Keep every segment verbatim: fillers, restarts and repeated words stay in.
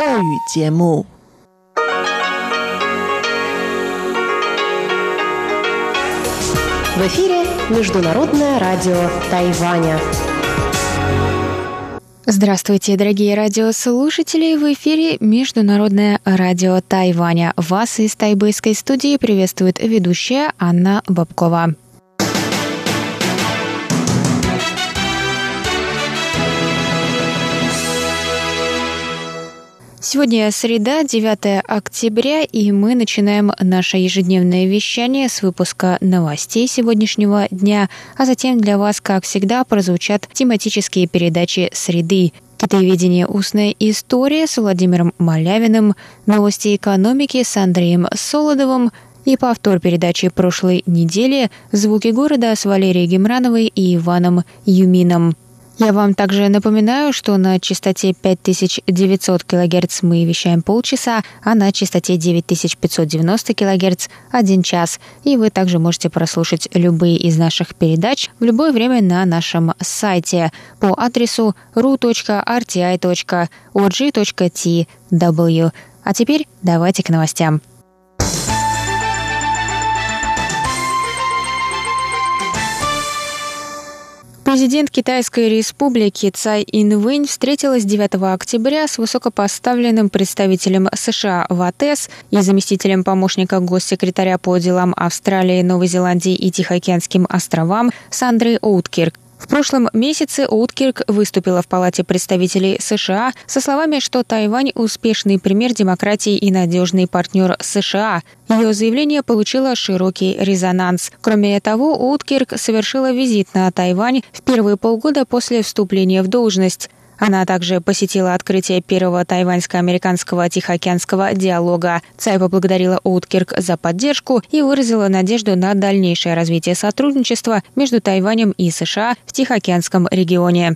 俄语节目。В эфире Международное радио Тайваня. Здравствуйте, дорогие радиослушатели! В эфире Международное радио Тайваня. Вас из тайбэйской студии приветствует ведущая Анна Бабкова. Сегодня среда, девятое октября, и мы начинаем наше ежедневное вещание с выпуска новостей сегодняшнего дня, а затем для вас, как всегда, прозвучат тематические передачи «Среды». Китаеведение «Устная история» с Владимиром Малявиным, новости экономики с Андреем Солодовым и повтор передачи прошлой недели «Звуки города» с Валерией Гемрановой и Иваном Юмином. Я вам также напоминаю, что на частоте пять тысяч девятьсот килогерц мы вещаем полчаса, а на частоте девять тысяч пятьсот девяносто килогерц – один час. И вы также можете прослушать любые из наших передач в любое время на нашем сайте по адресу ру точка эр ти ай точка о джи точка ти дабл ю. А теперь давайте к новостям. Президент Китайской республики Цай Ин-вэнь встретилась девятого октября с высокопоставленным представителем США в АТЭС и заместителем помощника госсекретаря по делам Австралии, Новой Зеландии и Тихоокеанским островам Сандрой Оуткирк. В прошлом месяце Оуткирк выступила в Палате представителей США со словами, что Тайвань – успешный пример демократии и надежный партнер США. Ее заявление получило широкий резонанс. Кроме того, Оуткирк совершила визит на Тайвань в первые полгода после вступления в должность. Она также посетила открытие первого тайваньско-американского тихоокеанского диалога. Цай поблагодарила Оуткирк за поддержку и выразила надежду на дальнейшее развитие сотрудничества между Тайванем и США в Тихоокеанском регионе.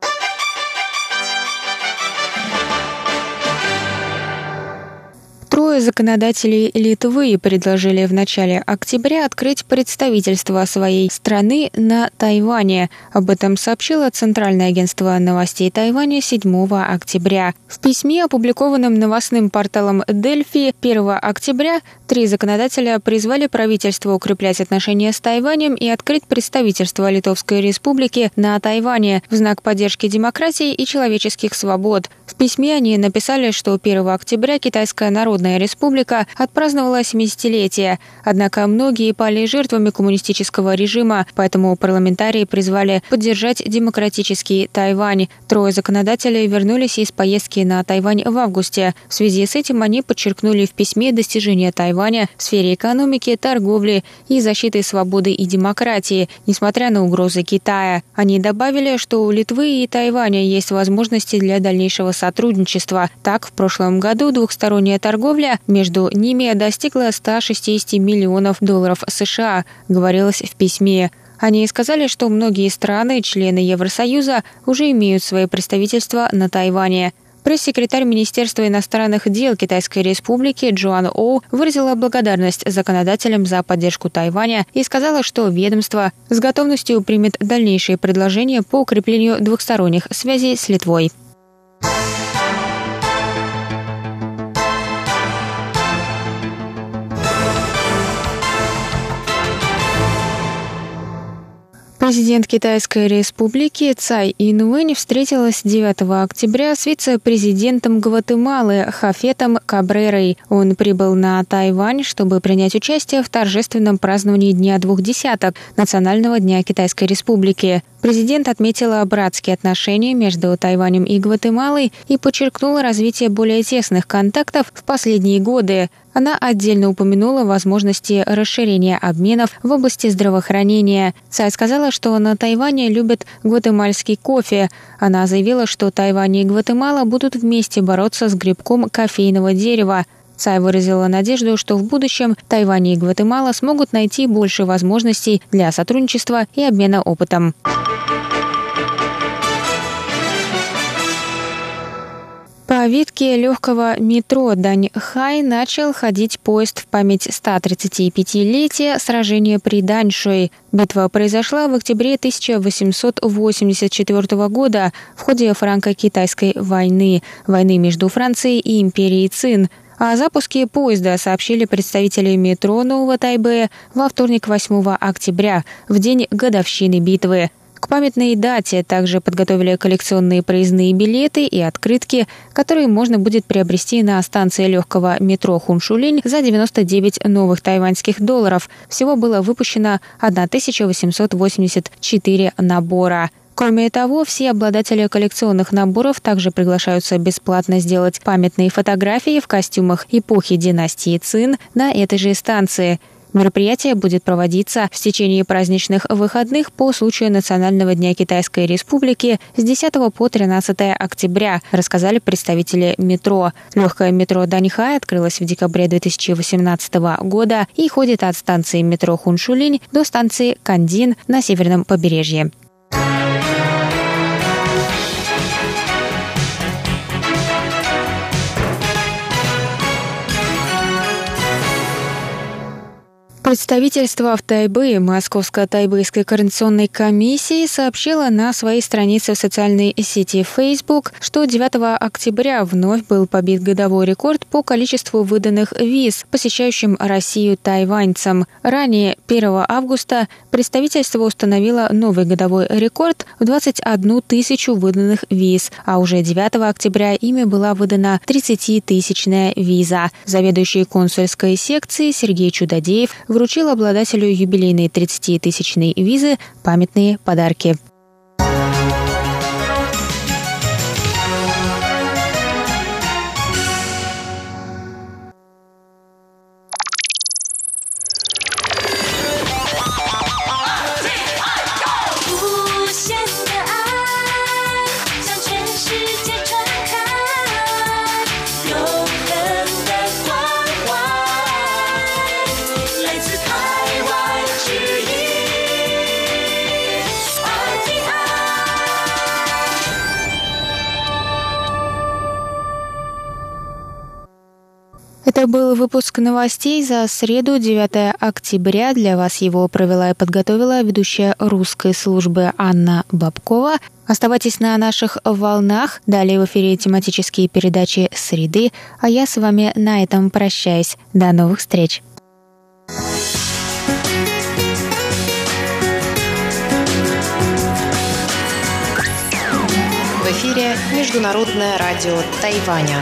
Трое законодателей Литвы предложили в начале октября открыть представительство своей страны на Тайване. Об этом сообщило Центральное агентство новостей Тайваня седьмого октября. В письме, опубликованном новостным порталом Дельфи первого октября, три законодателя призвали правительство укреплять отношения с Тайванем и открыть представительство Литовской Республики на Тайване в знак поддержки демократии и человеческих свобод. В письме они написали, что первого октября Китайская Народная Республика отпраздновала семидесятилетие, однако многие пали жертвами коммунистического режима, поэтому парламентарии призвали поддержать демократический Тайвань. Трое законодателей вернулись из поездки на Тайвань в августе. В связи с этим они подчеркнули в письме достижения Тайваня в сфере экономики, торговли и защиты свободы и демократии, несмотря на угрозы Китая. Они добавили, что у Литвы и Тайваня есть возможности для дальнейшего сотрудничества. Так, в прошлом году двухсторонняя торговля между ними достигла ста шестидесяти миллионов долларов США, говорилось в письме. Они сказали, что многие страны, члены Евросоюза, уже имеют свои представительства на Тайване. Пресс-секретарь Министерства иностранных дел Китайской Республики Джоан Оу выразила благодарность законодателям за поддержку Тайваня и сказала, что ведомство с готовностью примет дальнейшие предложения по укреплению двухсторонних связей с Литвой. Президент Китайской Республики Цай Ин-вэнь встретилась девятого октября с вице-президентом Гватемалы Хафетом Кабрерой. Он прибыл на Тайвань, чтобы принять участие в торжественном праздновании Дня двух десяток Национального дня Китайской Республики. Президент отметила братские отношения между Тайванем и Гватемалой и подчеркнула развитие более тесных контактов в последние годы. Она отдельно упомянула возможности расширения обменов в области здравоохранения. Цай сказала, что на Тайване любят гватемальский кофе. Она заявила, что Тайвань и Гватемала будут вместе бороться с грибком кофейного дерева. Цай выразила надежду, что в будущем Тайвань и Гватемала смогут найти больше возможностей для сотрудничества и обмена опытом. По По ветке легкого метро Даньхай начал ходить поезд в память ста тридцати пятилетия сражения при Даньшуй. Битва произошла в октябре тысяча восемьсот восемьдесят четвёртого года в ходе франко-китайской войны, войны между Францией и империей Цин. О запуске поезда сообщили представители метро Нового Тайбэя во вторник, восьмого октября, в день годовщины битвы. К памятной дате также подготовили коллекционные проездные билеты и открытки, которые можно будет приобрести на станции легкого метро Хуншулинь за девяносто девять новых тайваньских долларов. Всего было выпущено тысяча восемьсот восемьдесят четыре набора. Кроме того, все обладатели коллекционных наборов также приглашаются бесплатно сделать памятные фотографии в костюмах эпохи династии Цин на этой же станции. Мероприятие будет проводиться в течение праздничных выходных по случаю Национального дня Китайской Республики с десятого по тринадцатое октября, рассказали представители метро. Легкое метро Даньхай открылось в декабре две тысячи восемнадцатого года и ходит от станции метро Хуншулинь до станции Кандин на северном побережье. Представительство в Тайбэе Московско-Тайбэйской координационной комиссии сообщило на своей странице в социальной сети Facebook, что девятого октября вновь был побит годовой рекорд по количеству выданных виз, посещающим Россию тайваньцам. Ранее, первого августа, представительство установило новый годовой рекорд в двадцать одну тысячу выданных виз, а уже девятого октября ими была выдана тридцатитысячная виза. Заведующий консульской секцией Сергей Чудодеев вручил обладателю юбилейной тридцатитысячной визы памятные подарки. Это был выпуск новостей за среду, девятого октября. Для вас его провела и подготовила ведущая русской службы Анна Бабкова. Оставайтесь на наших волнах. Далее в эфире тематические передачи «Среды». А я с вами на этом прощаюсь. До новых встреч. В эфире Международное радио Тайваня.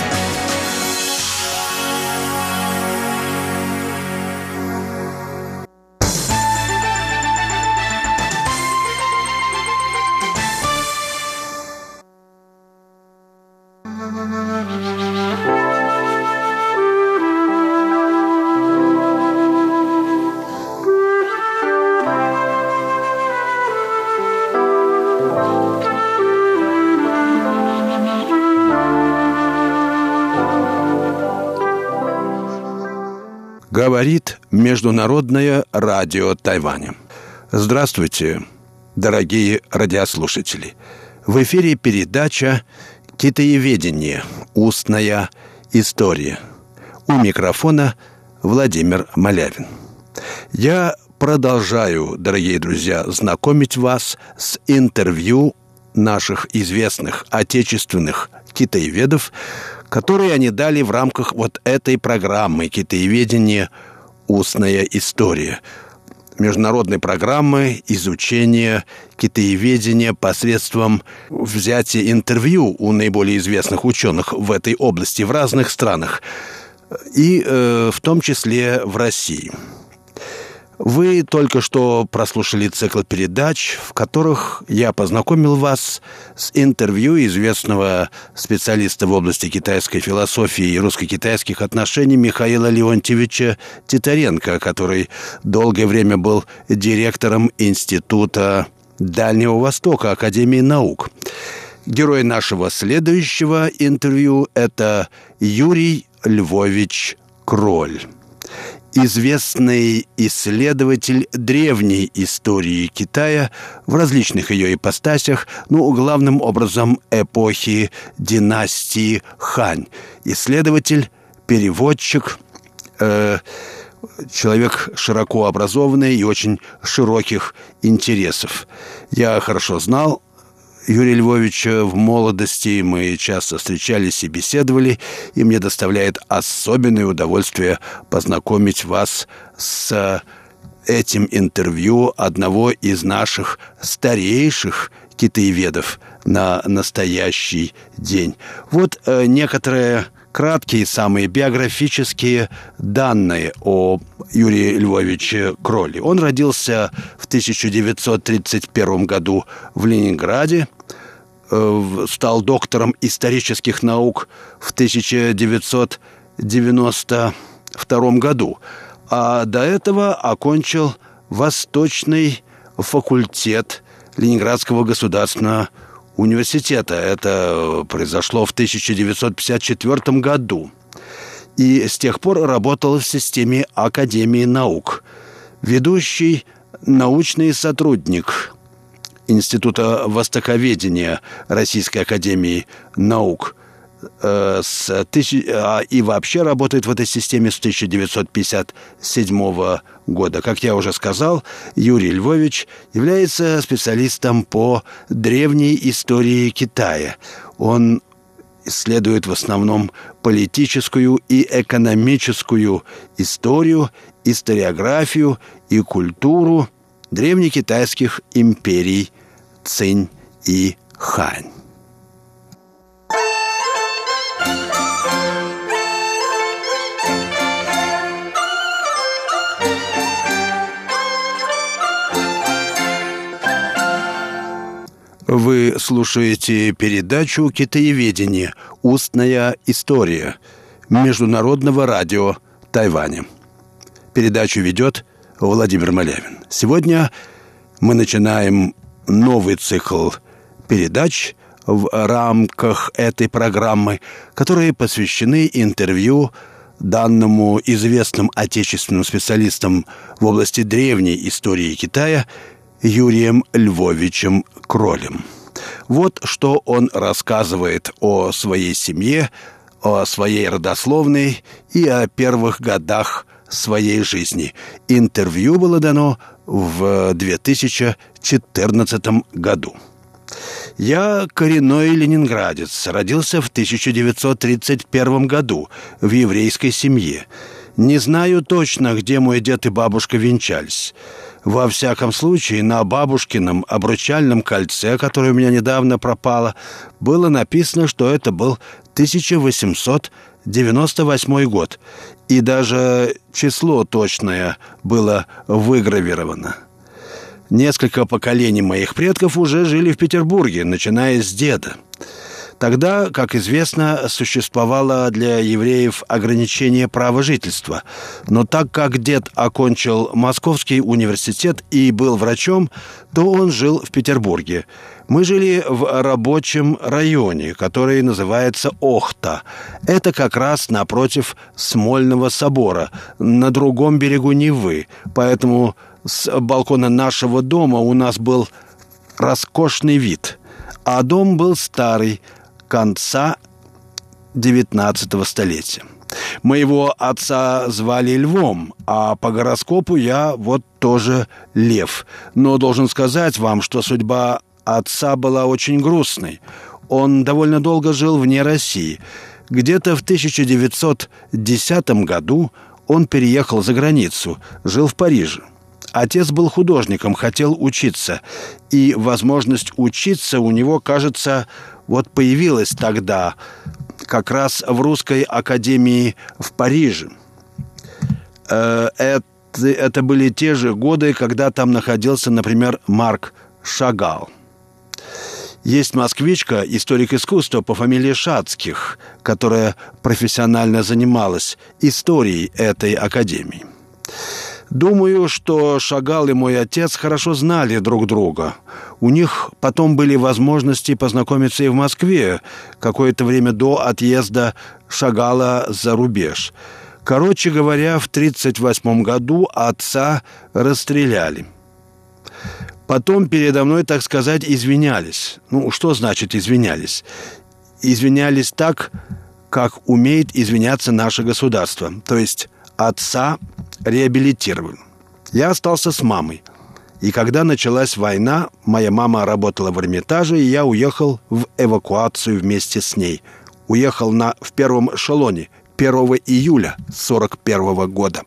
Говорит Международное радио Тайваня. Здравствуйте, дорогие радиослушатели. В эфире передача «Китаеведение. Устная история». У микрофона Владимир Малявин. Я продолжаю, дорогие друзья, знакомить вас с интервью наших известных отечественных китаеведов, которые они дали в рамках вот этой программы «Китаеведение. Устная история». Международной программы изучения китаеведения посредством взятия интервью у наиболее известных ученых в этой области в разных странах, и э, в том числе в России. Вы только что прослушали цикл передач, в которых я познакомил вас с интервью известного специалиста в области китайской философии и русско-китайских отношений Михаила Леонтьевича Титаренко, который долгое время был директором Института Дальнего Востока Академии наук. Герой нашего следующего интервью – это Юрий Львович Кроль. известный исследователь древней истории Китая в различных ее ипостасях, ну, главным образом эпохи династии Хань. Исследователь, переводчик, э, человек широко образованный и очень широких интересов. Я хорошо знал Юрия Львовича в молодости, мы часто встречались и беседовали, и мне доставляет особенное удовольствие познакомить вас с этим интервью одного из наших старейших китаеведов на настоящий день. Вот э, некоторые краткие, самые биографические данные о Юрии Львовиче Кроле. Он родился в тысяча девятьсот тридцать первом году в Ленинграде, э, стал доктором исторических наук в тысяча девятьсот девяносто втором году, а до этого окончил Восточный факультет Ленинградского государственного университета. Это произошло в тысяча девятьсот пятьдесят четвёртом году. И с тех пор работал в системе Академии наук. Ведущий научный сотрудник Института востоковедения Российской академии наук э, с тысяч... и вообще работает в этой системе с тысяча девятьсот пятьдесят седьмого года. Как я уже сказал, Юрий Львович является специалистом по древней истории Китая. Он исследует в основном политическую и экономическую историю, историографию и культуру древнекитайских империй Цинь и Хань. Вы слушаете передачу «Китаеведение. Устная история» Международного радио Тайваня. Передачу ведет Владимир Малявин. Сегодня мы начинаем новый цикл передач в рамках этой программы, которые посвящены интервью данному известным отечественным специалистам в области древней истории Китая Юрием Львовичем Кролем. Вот что он рассказывает о своей семье, о своей родословной и о первых годах своей жизни. Интервью было дано в две тысячи четырнадцатом году. Я коренной ленинградец, родился в тысяча девятьсот тридцать первом году в еврейской семье. Не знаю точно, где мой дед и бабушка венчались. Во всяком случае, на бабушкином обручальном кольце, которое у меня недавно пропало, было написано, что это был тысяча восемьсот девяносто восьмой год. И даже число точное было выгравировано. Несколько поколений моих предков уже жили в Петербурге, начиная с деда. Тогда, как известно, существовало для евреев ограничение права жительства. Но так как дед окончил Московский университет и был врачом, то он жил в Петербурге. Мы жили в рабочем районе, который называется Охта. Это как раз напротив Смольного собора, на другом берегу Невы. Поэтому с балкона нашего дома у нас был роскошный вид. А дом был старый, конца девятнадцатого столетия. Моего отца звали Львом, а по гороскопу я вот тоже Лев. Но должен сказать вам, что судьба отца была очень грустной. Он довольно долго жил вне России. Где-то в тысяча девятьсот десятом году он переехал за границу, жил в Париже. Отец был художником, хотел учиться, и возможность учиться у него, кажется, вот появилась тогда, как раз в Русской академии в Париже. Это, это были те же годы, когда там находился, например, Марк Шагал. Есть москвичка, историк искусства по фамилии Шацких, которая профессионально занималась историей этой академии. Думаю, что Шагал и мой отец хорошо знали друг друга. У них потом были возможности познакомиться и в Москве, какое-то время до отъезда Шагала за рубеж. Короче говоря, в тридцать восьмом году отца расстреляли. Потом передо мной, так сказать, извинялись. Ну, что значит извинялись? Извинялись так, как умеет извиняться наше государство. То есть отца реабилитировали. Я остался с мамой. И когда началась война, моя мама работала в Эрмитаже, и я уехал в эвакуацию вместе с ней. Уехал на, в первом эшелоне первого июля сорок первого года.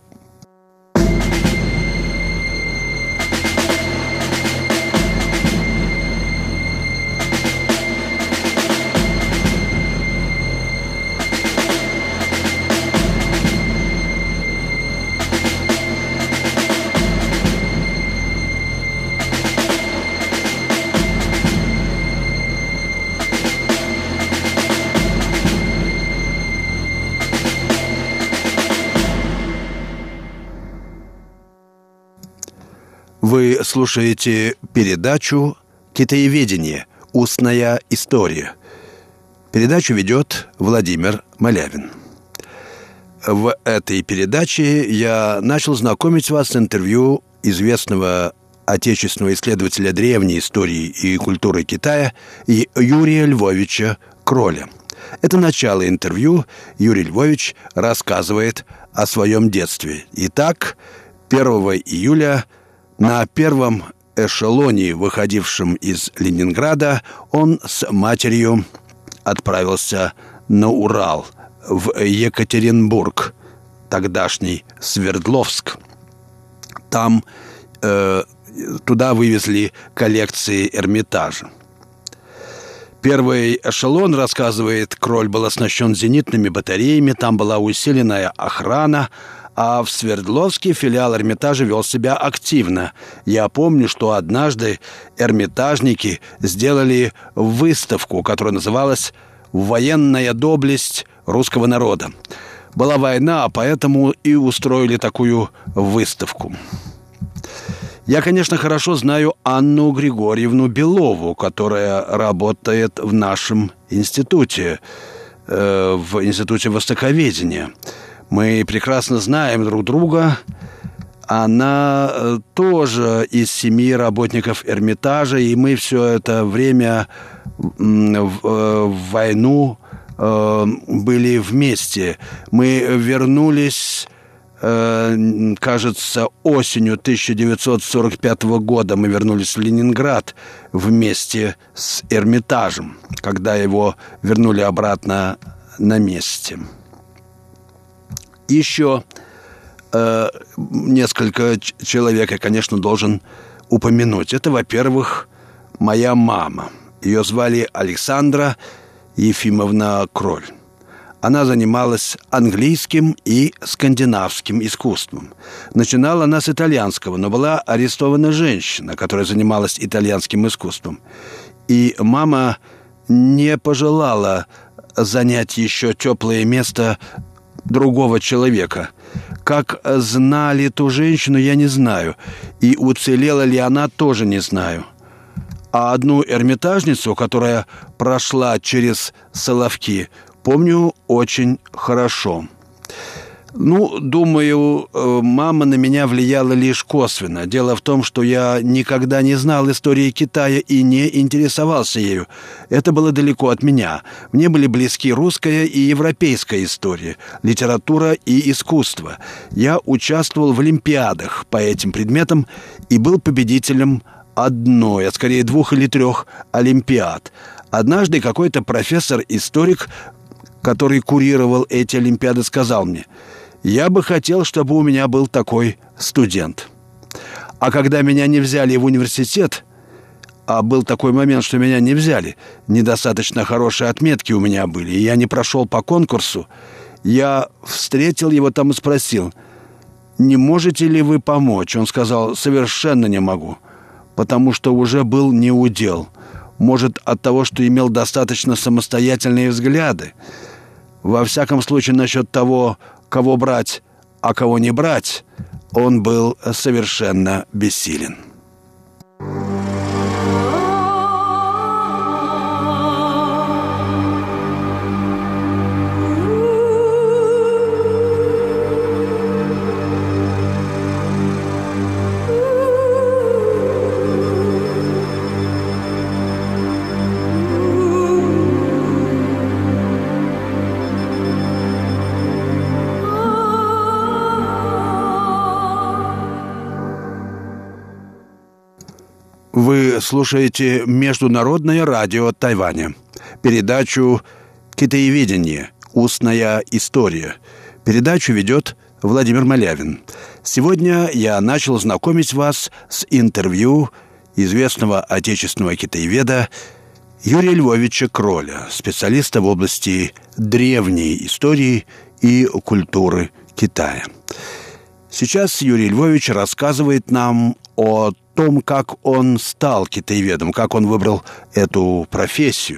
Вы слушаете передачу «Китаеведение. Устная история». Передачу ведет Владимир Малявин. В этой передаче я начал знакомить вас с интервью известного отечественного исследователя древней истории и культуры Китая Юрия Львовича Кроля. Это начало интервью. Юрий Львович рассказывает о своем детстве. Итак, первого июля на первом эшелоне, выходившем из Ленинграда, он с матерью отправился на Урал, в Екатеринбург, тогдашний Свердловск. Там э, туда вывезли коллекции Эрмитажа. Первый эшелон, рассказывает Кроль, был оснащен зенитными батареями, там была усиленная охрана, а в Свердловске филиал Эрмитажа вел себя активно. Я помню, что однажды эрмитажники сделали выставку, которая называлась «Военная доблесть русского народа». Была война, поэтому и устроили такую выставку. Я, конечно, хорошо знаю Анну Григорьевну Белову, которая работает в нашем институте, э, в Институте Востоковедения. Мы прекрасно знаем друг друга. Она тоже из семьи работников Эрмитажа, и мы все это время в войну были вместе. Мы вернулись, кажется, осенью тысяча девятьсот сорок пятого года мы вернулись в Ленинград вместе с Эрмитажем, когда его вернули обратно на месте. Еще э, несколько человек я, конечно, должен упомянуть. Это, во-первых, моя мама. Ее звали Александра Ефимовна Кроль. Она занималась английским и скандинавским искусством. Начинала она с итальянского, но была арестована женщина, которая занималась итальянским искусством. И мама не пожелала занять еще теплое место другого человека. Как знали ту женщину, я не знаю. И уцелела ли она, тоже не знаю. А одну эрмитажницу, которая прошла через Соловки, помню очень хорошо. Ну, думаю, мама на меня влияла лишь косвенно. Дело в том, что я никогда не знал истории Китая и не интересовался ею. Это было далеко от меня. Мне были близки русская и европейская история, литература и искусство. Я участвовал в олимпиадах по этим предметам и был победителем одной, а скорее двух или трех олимпиад. Однажды какой-то профессор-историк, который курировал эти олимпиады, сказал мне: «Я бы хотел, чтобы у меня был такой студент». А когда меня не взяли в университет, а был такой момент, что меня не взяли, недостаточно хорошие отметки у меня были, и я не прошел по конкурсу, я встретил его там и спросил: «Не можете ли вы помочь?» Он сказал: «Совершенно не могу, потому что уже был неудел. Может, от того, что имел достаточно самостоятельные взгляды. Во всяком случае, насчет того, кого брать, а кого не брать, он был совершенно бессилен». слушаете Международное радио Тайваня, передачу «Китаеведение. Устная история». Передачу ведет Владимир Малявин. Сегодня я начал знакомить вас с интервью известного отечественного китаеведа Юрия Львовича Кроля, специалиста в области древней истории и культуры Китая. Сейчас Юрий Львович рассказывает нам о том, как он стал китаеведом, как он выбрал эту профессию.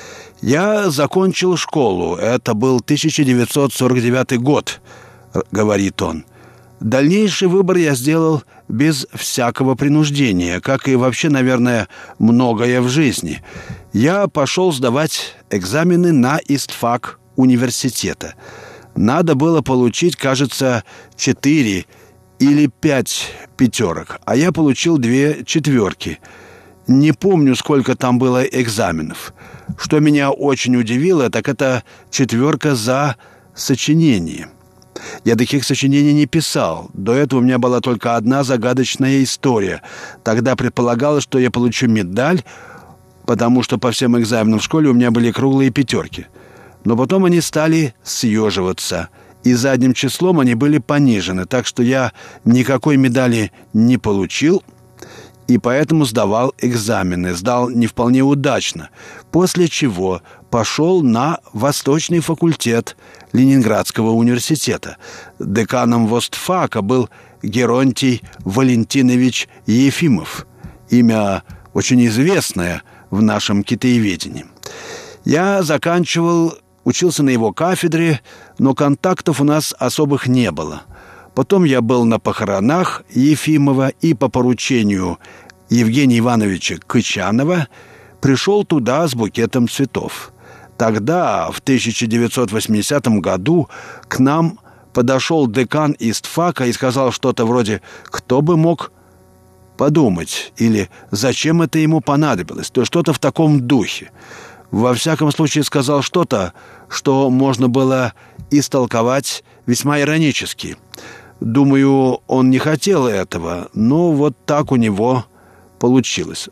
«Я закончил школу. Это был тысяча девятьсот сорок девятый год», — говорит он. «Дальнейший выбор я сделал без всякого принуждения, как и вообще, наверное, многое в жизни. Я пошел сдавать экзамены на истфак университета. Надо было получить, кажется, четыре или пять пятерок, а я получил две четверки. Не помню, сколько там было экзаменов. Что меня очень удивило, так это четверка за сочинение. Я таких сочинений не писал. До этого у меня была только одна загадочная история. Тогда предполагалось, что я получу медаль, потому что по всем экзаменам в школе у меня были круглые пятерки. Но потом они стали съеживаться, и задним числом они были понижены, так что я никакой медали не получил, и поэтому сдавал экзамены. Сдал не вполне удачно, после чего пошел на Восточный факультет Ленинградского университета. Деканом ВостФака был Геронтий Валентинович Ефимов. Имя очень известное в нашем китаеведении. Я заканчивал, учился на его кафедре, но контактов у нас особых не было. Потом я был на похоронах Ефимова и по поручению Евгения Ивановича Кычанова пришел туда с букетом цветов. Тогда, в тысяча девятьсот восьмидесятом году, к нам подошел декан истфака и сказал что-то вроде «Кто бы мог подумать?» или «Зачем это ему понадобилось?» То есть что-то в таком духе. Во всяком случае сказал что-то, что можно было истолковать весьма иронически. Думаю, он не хотел этого, но вот так у него получилось.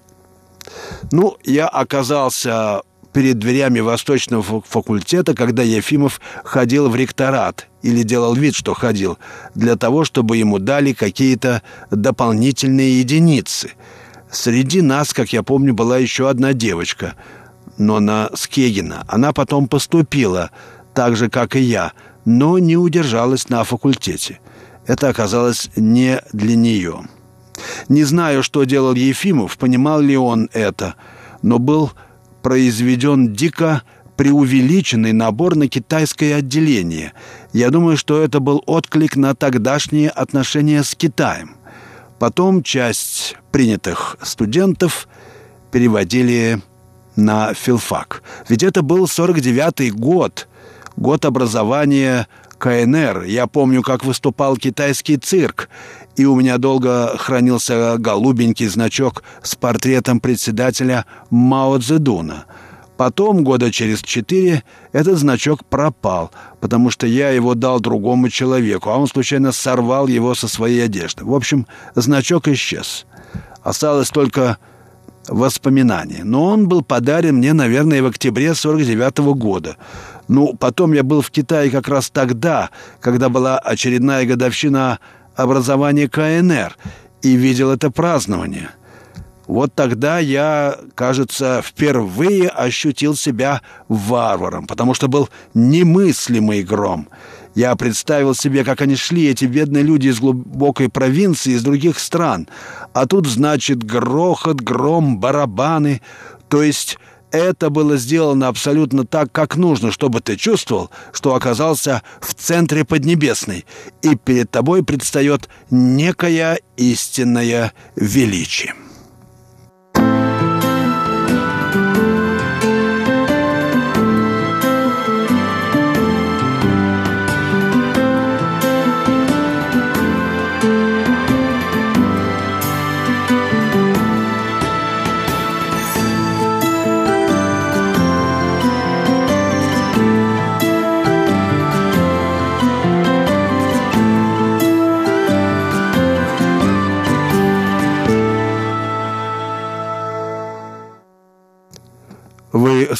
Ну, я оказался перед дверями Восточного факультета, когда Ефимов ходил в ректорат, или делал вид, что ходил, для того, чтобы ему дали какие-то дополнительные единицы. Среди нас, как я помню, была еще одна девочка, Нона Скегина. Она потом поступила, так же, как и я, но не удержалась на факультете. Это оказалось не для нее. Не знаю, что делал Ефимов, понимал ли он это, но был произведен дико преувеличенный набор на китайское отделение. Я думаю, что это был отклик на тогдашние отношения с Китаем. Потом часть принятых студентов переводили на филфак. Ведь это был сорок девятый год, год образования КНР. Я помню, как выступал китайский цирк, и у меня долго хранился голубенький значок с портретом председателя Мао Цзэдуна. Потом, года через четыре, этот значок пропал, потому что я его дал другому человеку, а он случайно сорвал его со своей одежды. В общем, значок исчез. Осталось только воспоминания. Но он был подарен мне, наверное, в октябре сорок девятого года. Ну, потом я был в Китае как раз тогда, когда была очередная годовщина образования КНР, и видел это празднование. Вот тогда я, кажется, впервые ощутил себя варваром, потому что был немыслимый гром. Я представил себе, как они шли, эти бедные люди из глубокой провинции, из других стран. А тут, значит, грохот, гром, барабаны. То есть это было сделано абсолютно так, как нужно, чтобы ты чувствовал, что оказался в центре Поднебесной, и перед тобой предстает некое истинное величие.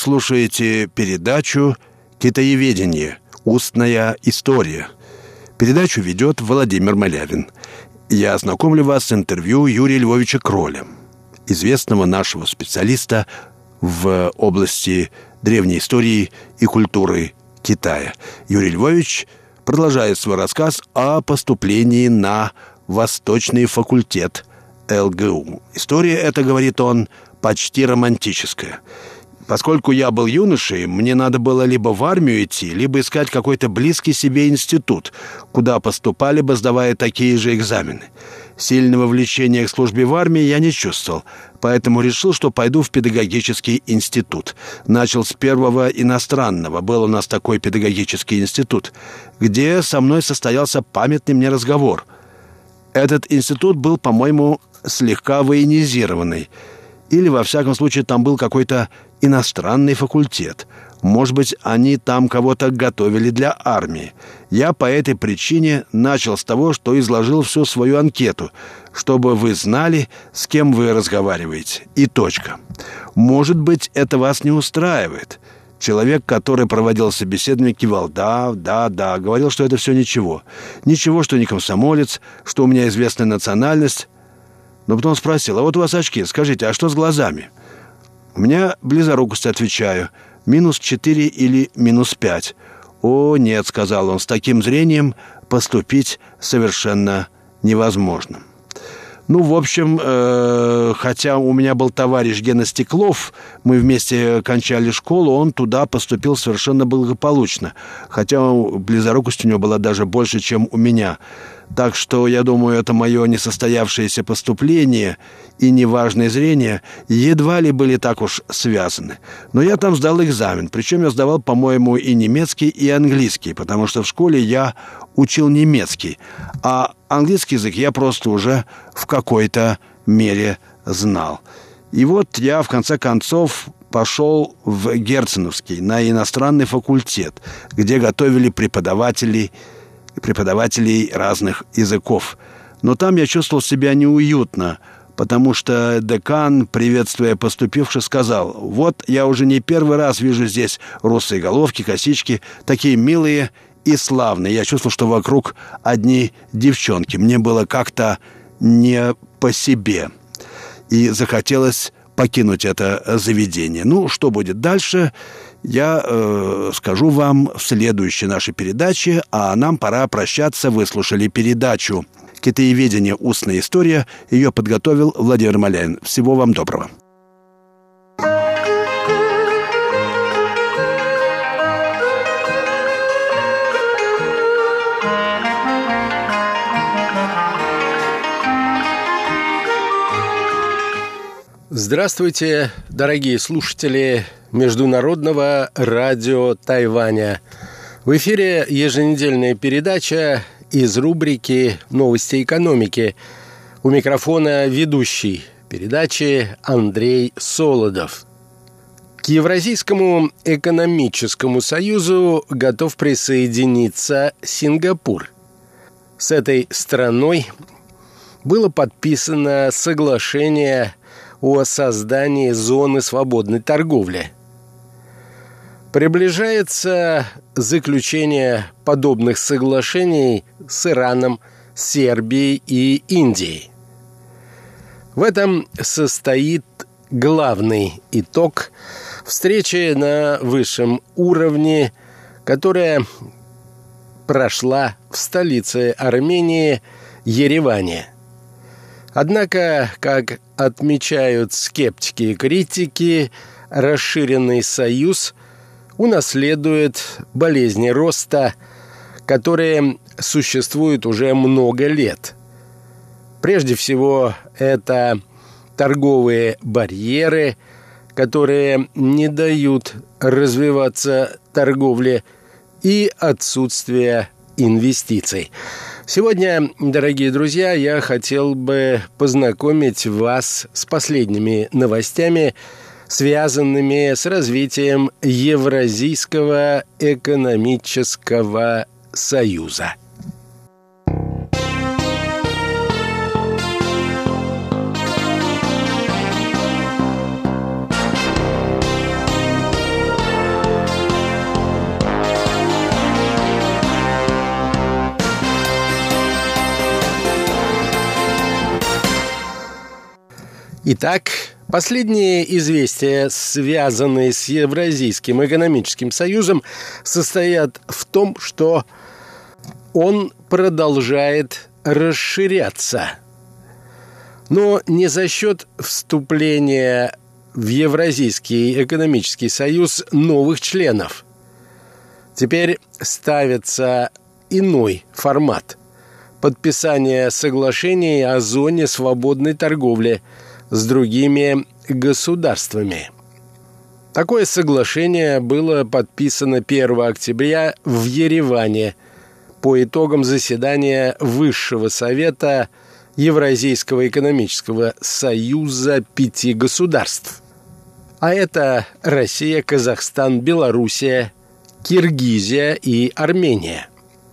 слушаете передачу «Китаеведение. Устная история». Передачу ведет Владимир Малявин. Я знакомлю вас с интервью Юрия Львовича Кроля, известного нашего специалиста в области древней истории и культуры Китая. Юрий Львович продолжает свой рассказ о поступлении на Восточный факультет эл гэ у. История эта, говорит он, почти романтическая. Поскольку я был юношей, мне надо было либо в армию идти, либо искать какой-то близкий себе институт, куда поступали бы, сдавая такие же экзамены. Сильного влечения к службе в армии я не чувствовал, поэтому решил, что пойду в педагогический институт. Начал с первого иностранного. Был у нас такой педагогический институт, где со мной состоялся памятный мне разговор. Этот институт был, по-моему, слегка военизированный. Или, во всяком случае, там был какой-то иностранный факультет. Может быть, они там кого-то готовили для армии. Я по этой причине начал с того, что изложил всю свою анкету, чтобы вы знали, с кем вы разговариваете. И точка. Может быть, это вас не устраивает. Человек, который проводил собеседование, кивал «да, да, да», говорил, что это все ничего. Ничего, что не комсомолец, что у меня известная национальность. Но потом спросил: а вот у вас очки, скажите, а что с глазами? У меня близорукость, отвечаю, минус четыре или минус пять. О, нет, сказал он, с таким зрением поступить совершенно невозможно. Ну, в общем, э, хотя у меня был товарищ Гена Стеклов, мы вместе кончали школу, он туда поступил совершенно благополучно, хотя близорукость у него была даже больше, чем у меня. Так что, я думаю, это мое несостоявшееся поступление и неважное зрение едва ли были так уж связаны. Но я там сдал экзамен, причем я сдавал, по-моему, и немецкий, и английский, потому что в школе я учил немецкий, а английский язык я просто уже в какой-то мере знал. И вот я, в конце концов, пошел в Герценовский, на иностранный факультет, где готовили преподавателей преподавателей разных языков. Но там я чувствовал себя неуютно, потому что декан, приветствуя поступивших, сказал: вот я уже не первый раз вижу здесь русые головки, косички, такие милые и славные. Я чувствовал, что вокруг одни девчонки. Мне было как-то не по себе. И захотелось покинуть это заведение. Ну, что будет дальше, я э, скажу вам в следующей нашей передаче, а нам пора прощаться. Вы слушали передачу «Китаеведение. Устная история». Ее подготовил Владимир Малявин. Всего вам доброго. Здравствуйте, дорогие слушатели Международного радио Тайваня. В эфире еженедельная передача из рубрики «Новости экономики». У микрофона ведущий передачи Андрей Солодов. К Евразийскому экономическому союзу готов присоединиться Сингапур. С этой страной было подписано соглашение о создании зоны свободной торговли. Приближается заключение подобных соглашений с Ираном, Сербией и Индией. В этом состоит главный итог встречи на высшем уровне, которая прошла в столице Армении Ереване. Однако, как отмечают скептики и критики, расширенный союз унаследует болезни роста, которые существуют уже много лет. Прежде всего, это торговые барьеры, которые не дают развиваться торговле, и отсутствие инвестиций. Сегодня, дорогие друзья, я хотел бы познакомить вас с последними новостями, связанными с развитием Евразийского экономического союза. Итак, последние известия, связанные с Евразийским экономическим союзом, состоят в том, что он продолжает расширяться. Но не за счет вступления в Евразийский экономический союз новых членов. Теперь ставится иной формат – подписание соглашений о зоне свободной торговли с другими государствами. Такое соглашение было подписано первого октября в Ереване по итогам заседания Высшего совета Евразийского экономического союза пяти государств. А это Россия, Казахстан, Белоруссия, Киргизия и Армения.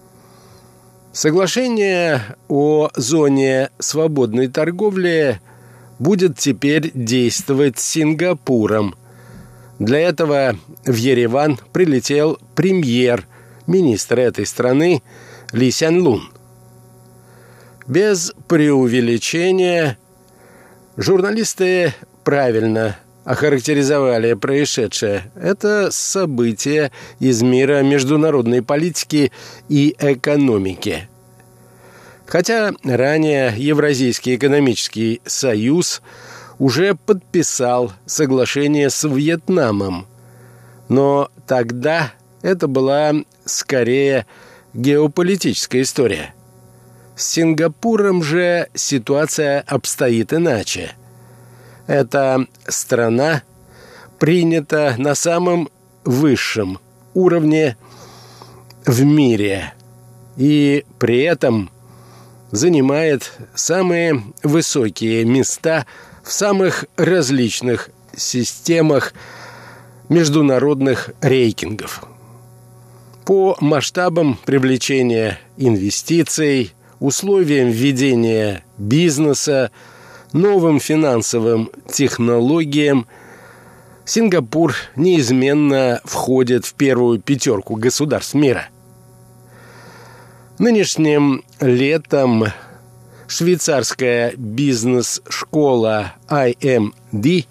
Соглашение о зоне свободной торговли будет теперь действовать с Сингапуром. Для этого в Ереван прилетел премьер-министр этой страны Ли Сян Лун. Без преувеличения, журналисты правильно охарактеризовали происшедшее. Это событие из мира международной политики и экономики. Хотя ранее Евразийский экономический союз уже подписал соглашение с Вьетнамом, но тогда это была скорее геополитическая история. С Сингапуром же ситуация обстоит иначе. Эта страна принята на самом высшем уровне в мире и при этом занимает самые высокие места в самых различных системах международных рейтингов. По масштабам привлечения инвестиций, условиям ведения бизнеса, новым финансовым технологиям Сингапур неизменно входит в первую пятерку государств мира. Нынешним летом швейцарская бизнес-школа ай эм ди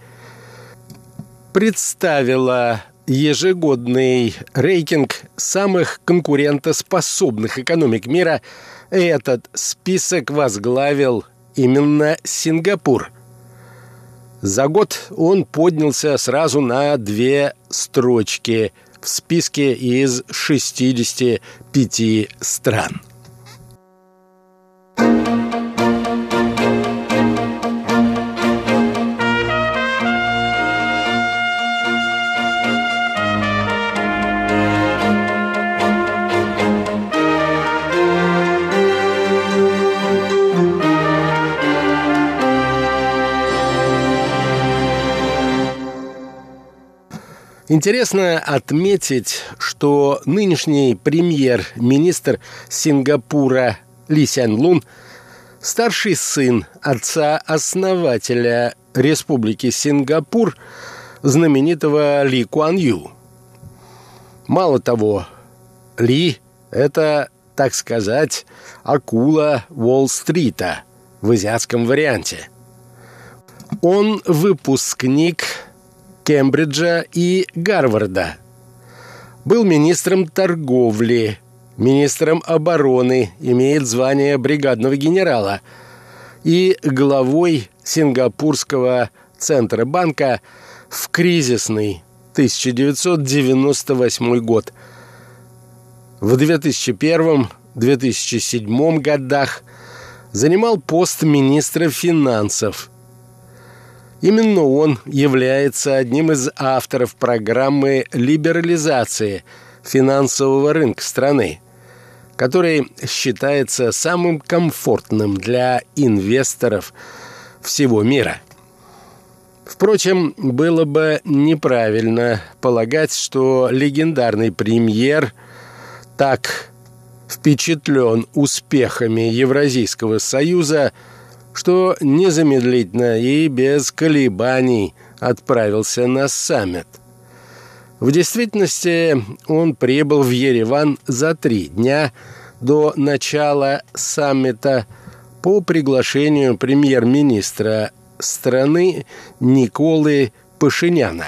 представила ежегодный рейтинг самых конкурентоспособных экономик мира. Этот список возглавил именно Сингапур. За год он поднялся сразу на две строчки в списке из шестидесяти пяти стран. Интересно отметить, что нынешний премьер-министр Сингапура Ли Сян Лун – старший сын отца-основателя Республики Сингапур, знаменитого Ли Куан Ю. Мало того, Ли – это, так сказать, акула Уолл-стрита в азиатском варианте. Он выпускник Кембриджа и Гарварда. Был министром торговли, министром обороны, имеет звание бригадного генерала и главой Сингапурского Центробанка в кризисный тысяча девятьсот девяносто восьмой год. В две тысячи первом — две тысячи седьмом годах занимал пост министра финансов. Именно он является одним из авторов программы либерализации финансового рынка страны, который считается самым комфортным для инвесторов всего мира. Впрочем, было бы неправильно полагать, что легендарный премьер так впечатлен успехами Евразийского союза, что незамедлительно и без колебаний отправился на саммит. В действительности он прибыл в Ереван за три дня до начала саммита по приглашению премьер-министра страны Николы Пашиняна.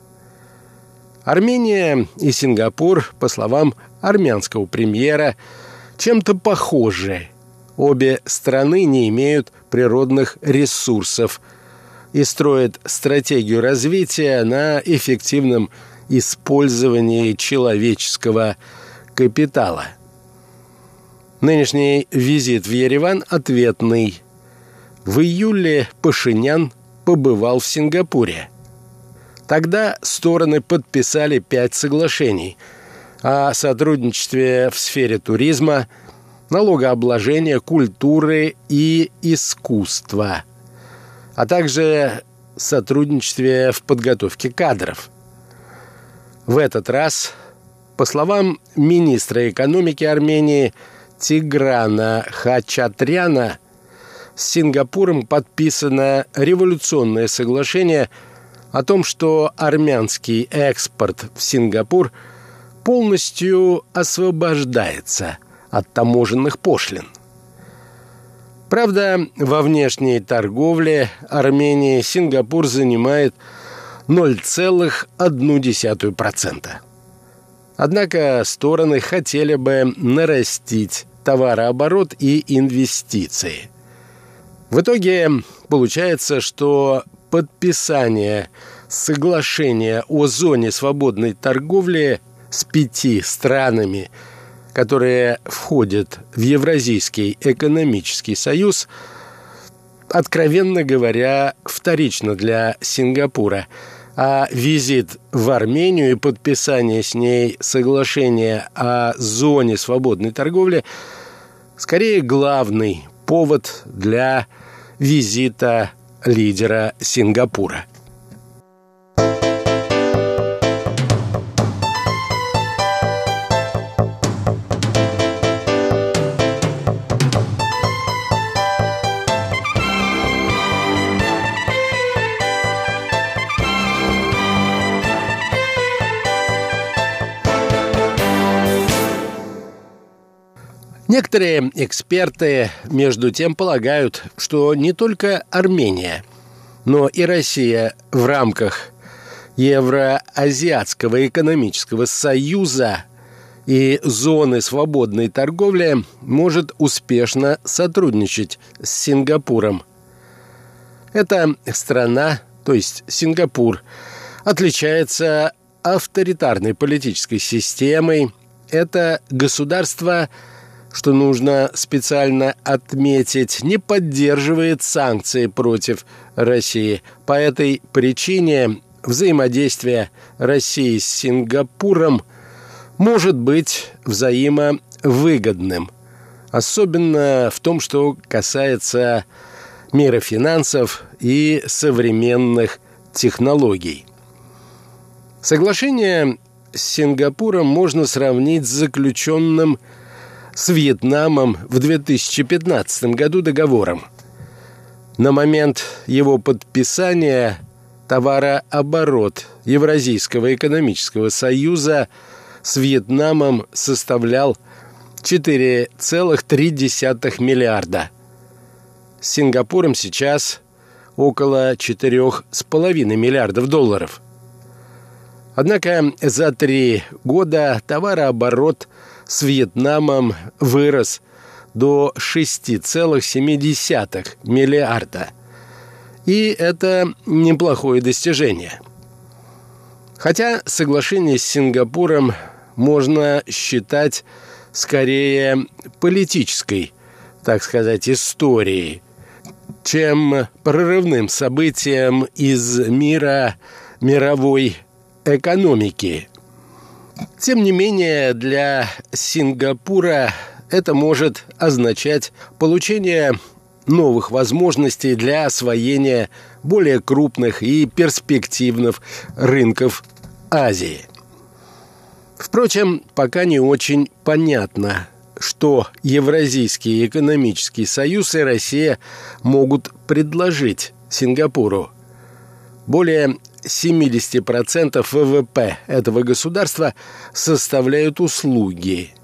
Армения и Сингапур, по словам армянского премьера, чем-то похожи. Обе страны не имеют природных ресурсов и строят стратегию развития на эффективном использовании человеческого капитала. Нынешний визит в Ереван ответный. В июле Пашинян побывал в Сингапуре. Тогда стороны подписали пять соглашений о сотрудничестве в сфере туризма, налогообложения, культуры и искусства, а также сотрудничестве в подготовке кадров. В этот раз, по словам министра экономики Армении Тиграна Хачатряна, с Сингапуром подписано революционное соглашение о том, что армянский экспорт в Сингапур полностью освобождается от таможенных пошлин. Правда, во внешней торговле Армении Сингапур занимает ноль целых одну десятую процента. Однако стороны хотели бы нарастить товарооборот и инвестиции. В итоге получается, что подписание соглашения о зоне свободной торговли с пяти странами, которые входят в Евразийский экономический союз, откровенно говоря, вторично для Сингапура, а визит в Армению и подписание с ней соглашения о зоне свободной торговли скорее главный повод для визита лидера Сингапура. Некоторые эксперты, между тем, полагают, что не только Армения, но и Россия в рамках Евроазиатского экономического союза и зоны свободной торговли может успешно сотрудничать с Сингапуром. Эта страна, то есть Сингапур, отличается авторитарной политической системой. Это государство, что нужно специально отметить, не поддерживает санкции против России. По этой причине взаимодействие России с Сингапуром может быть взаимовыгодным, особенно в том, что касается мира финансов и современных технологий. Соглашение с Сингапуром можно сравнить с заключенным с Вьетнамом в две тысячи пятнадцатом году договором. На момент его подписания товарооборот Евразийского экономического союза с Вьетнамом составлял четыре целых три десятых миллиарда. С Сингапуром сейчас около четырех с половиной миллиардов долларов. Однако за три года товарооборот с Вьетнамом вырос до шести целых семи десятых миллиарда. И это неплохое достижение. Хотя соглашение с Сингапуром можно считать скорее политической, так сказать, историей, чем прорывным событием из мира мировой экономики. Тем не менее, для Сингапура это может означать получение новых возможностей для освоения более крупных и перспективных рынков Азии. Впрочем, пока не очень понятно, что Евразийский экономический союз и Россия могут предложить Сингапуру. Более семьдесят процентов ВВП этого государства составляют услуги.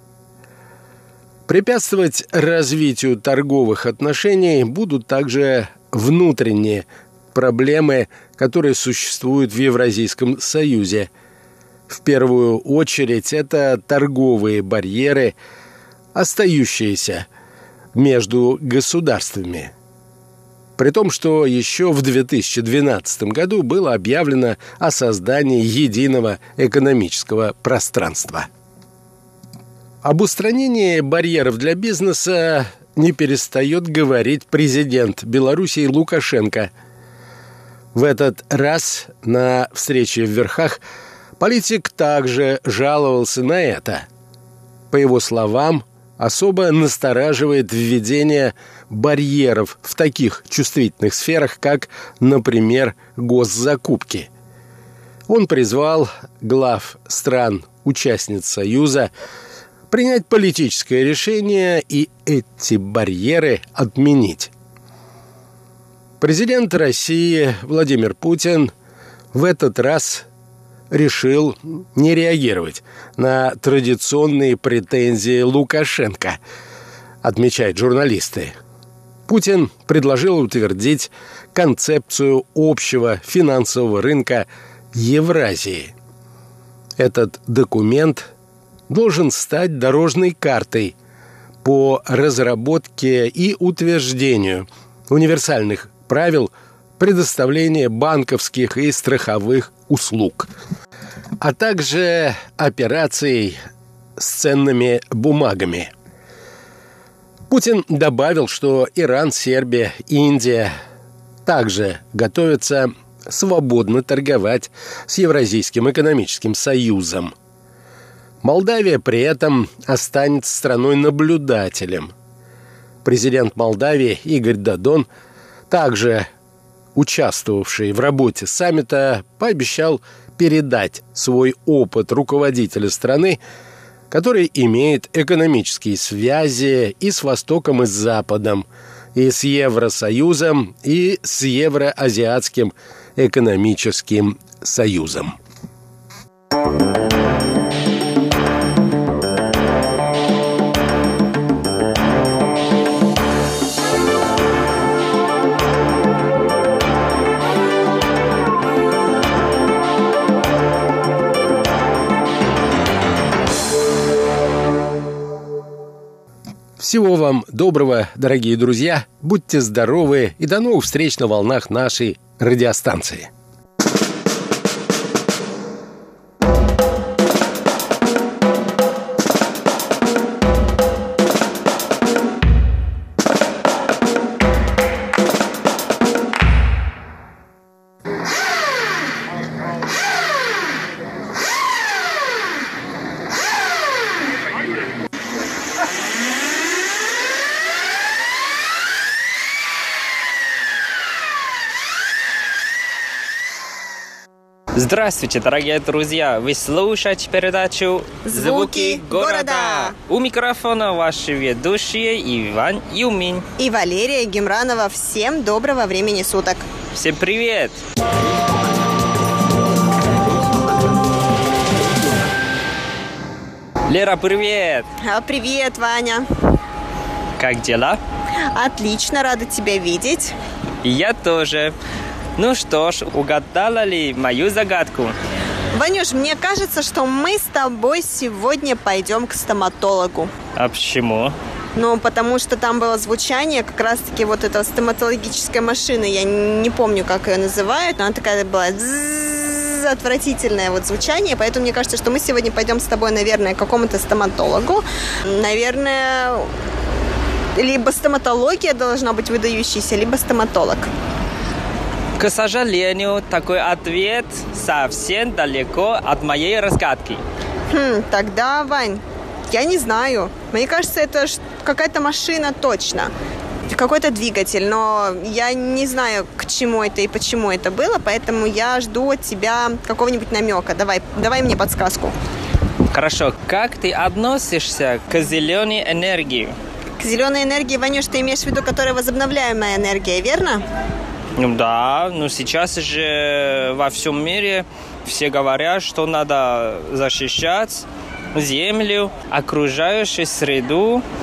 Препятствовать развитию торговых отношений будут также внутренние проблемы, которые существуют в Евразийском Союзе. В первую очередь это торговые барьеры, остающиеся между государствами. При том, что еще в две тысячи двенадцатом году было объявлено о создании единого экономического пространства. Об устранении барьеров для бизнеса не перестает говорить президент Белоруссии Лукашенко. В этот раз на встрече в Верхах политик также жаловался на это. По его словам, особо настораживает введение барьеров в таких чувствительных сферах, как, например, госзакупки. Он призвал глав стран-участниц Союза принять политическое решение и эти барьеры отменить. Президент России Владимир Путин в этот раз решил не реагировать на традиционные претензии Лукашенко, отмечают журналисты. Путин предложил утвердить концепцию общего финансового рынка Евразии. Этот документ должен стать дорожной картой по разработке и утверждению универсальных правил предоставления банковских и страховых услуг, а также операций с ценными бумагами. Путин добавил, что Иран, Сербия, Индия также готовятся свободно торговать с Евразийским экономическим союзом. Молдавия при этом останется страной-наблюдателем. Президент Молдавии Игорь Додон, также участвовавший в работе саммита, пообещал передать свой опыт руководителя страны, который имеет экономические связи и с Востоком, и с Западом, и с Евросоюзом, и с Евроазиатским экономическим союзом. Всего вам доброго, дорогие друзья, будьте здоровы и до новых встреч на волнах нашей радиостанции. Здравствуйте, дорогие друзья! Вы слушаете передачу «Звуки города». У микрофона ваши ведущие Иван Юмин и Валерия Гемранова. Всем доброго времени суток. Всем привет! Лера, привет! А, привет, Ваня. Как дела? Отлично, рада тебя видеть. И я тоже. Ну что ж, угадала ли мою загадку? Ванюш, мне кажется, что мы с тобой сегодня пойдем к стоматологу. А почему? Ну, потому что там было звучание как раз-таки вот этой стоматологической машины. Я не помню, как ее называют, но она такая была отвратительное вот звучание. Поэтому мне кажется, что мы сегодня пойдем с тобой, наверное, к какому-то стоматологу. Наверное, либо стоматология должна быть выдающейся, либо стоматолог. К сожалению, такой ответ совсем далеко от моей разгадки. Хм, тогда, Вань, я не знаю. Мне кажется, это какая-то машина точно. Какой-то двигатель, но я не знаю, к чему это и почему это было, поэтому я жду от тебя какого-нибудь намека. Давай, давай мне подсказку. Хорошо. Как ты относишься к зеленой энергии? К зеленой энергии, Ванюш, ты имеешь в виду, которая возобновляемая энергия, верно? Ну да, но сейчас же во всем мире все говорят, что надо защищать землю, окружающую среду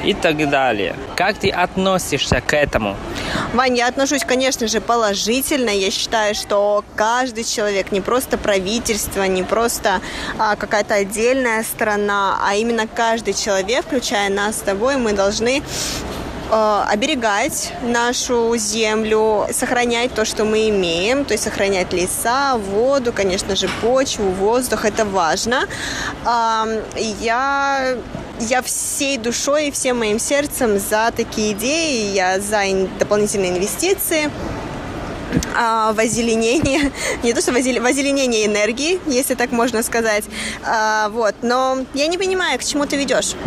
и так далее. Как ты относишься к этому? Вань, я отношусь, конечно же, положительно. Я считаю, что каждый человек, не просто правительство, не просто а, какая-то отдельная страна, а именно каждый человек, включая нас с тобой, мы должны а, оберегать нашу землю, сохранять то, что мы имеем, то есть сохранять леса, воду, конечно же, почву, воздух. Это важно. А, я... Я всей душой и всем моим сердцем за такие идеи, я за ин- дополнительные инвестиции, а, в озеленение, не то что в озеленение энергии, если так можно сказать, а, вот, но я не понимаю, к чему ты ведешь.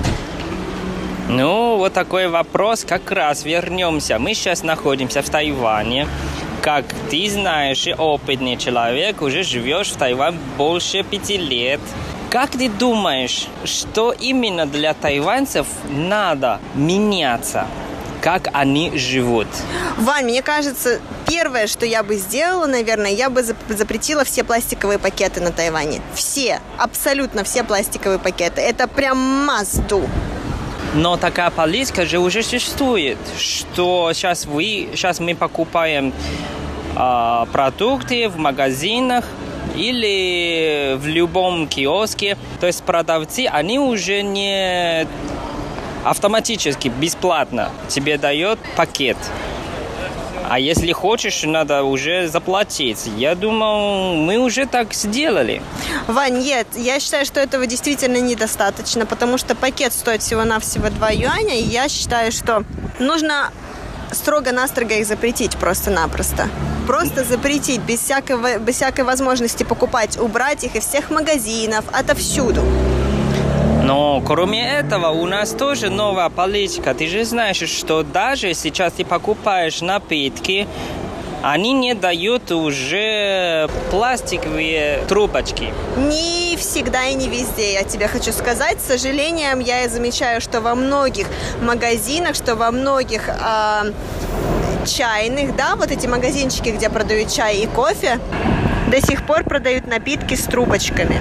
Ну, вот такой вопрос, как раз вернемся. Мы сейчас находимся в Тайване. Как ты знаешь, опытный человек, уже живешь в Тайване больше пяти лет. Как ты думаешь, что именно для тайваньцев надо меняться? Как они живут? Вань, мне кажется, первое, что я бы сделала, наверное, я бы запретила все пластиковые пакеты на Тайване. Все, абсолютно все пластиковые пакеты. Это прям must do. Но такая политика же уже существует, что сейчас, вы, сейчас мы покупаем э, продукты в магазинах, или в любом киоске. То есть продавцы, они уже не автоматически, бесплатно тебе дают пакет. А если хочешь, надо уже заплатить. Я думал, мы уже так сделали. Вань, нет, я считаю, что этого действительно недостаточно, потому что пакет стоит всего-навсего два юаня, и я считаю, что нужно строго-настрого их запретить просто-напросто. Просто запретить, без всякого, без всякой возможности покупать, убрать их из всех магазинов, отовсюду. Но кроме этого у нас тоже новая политика. Ты же знаешь, что даже сейчас ты покупаешь напитки, они не дают уже пластиковые трубочки. Не всегда и не везде, я тебе хочу сказать. С сожалением, я замечаю, что во многих магазинах, что во многих э, чайных, да, вот эти магазинчики, где продают чай и кофе, до сих пор продают напитки с трубочками.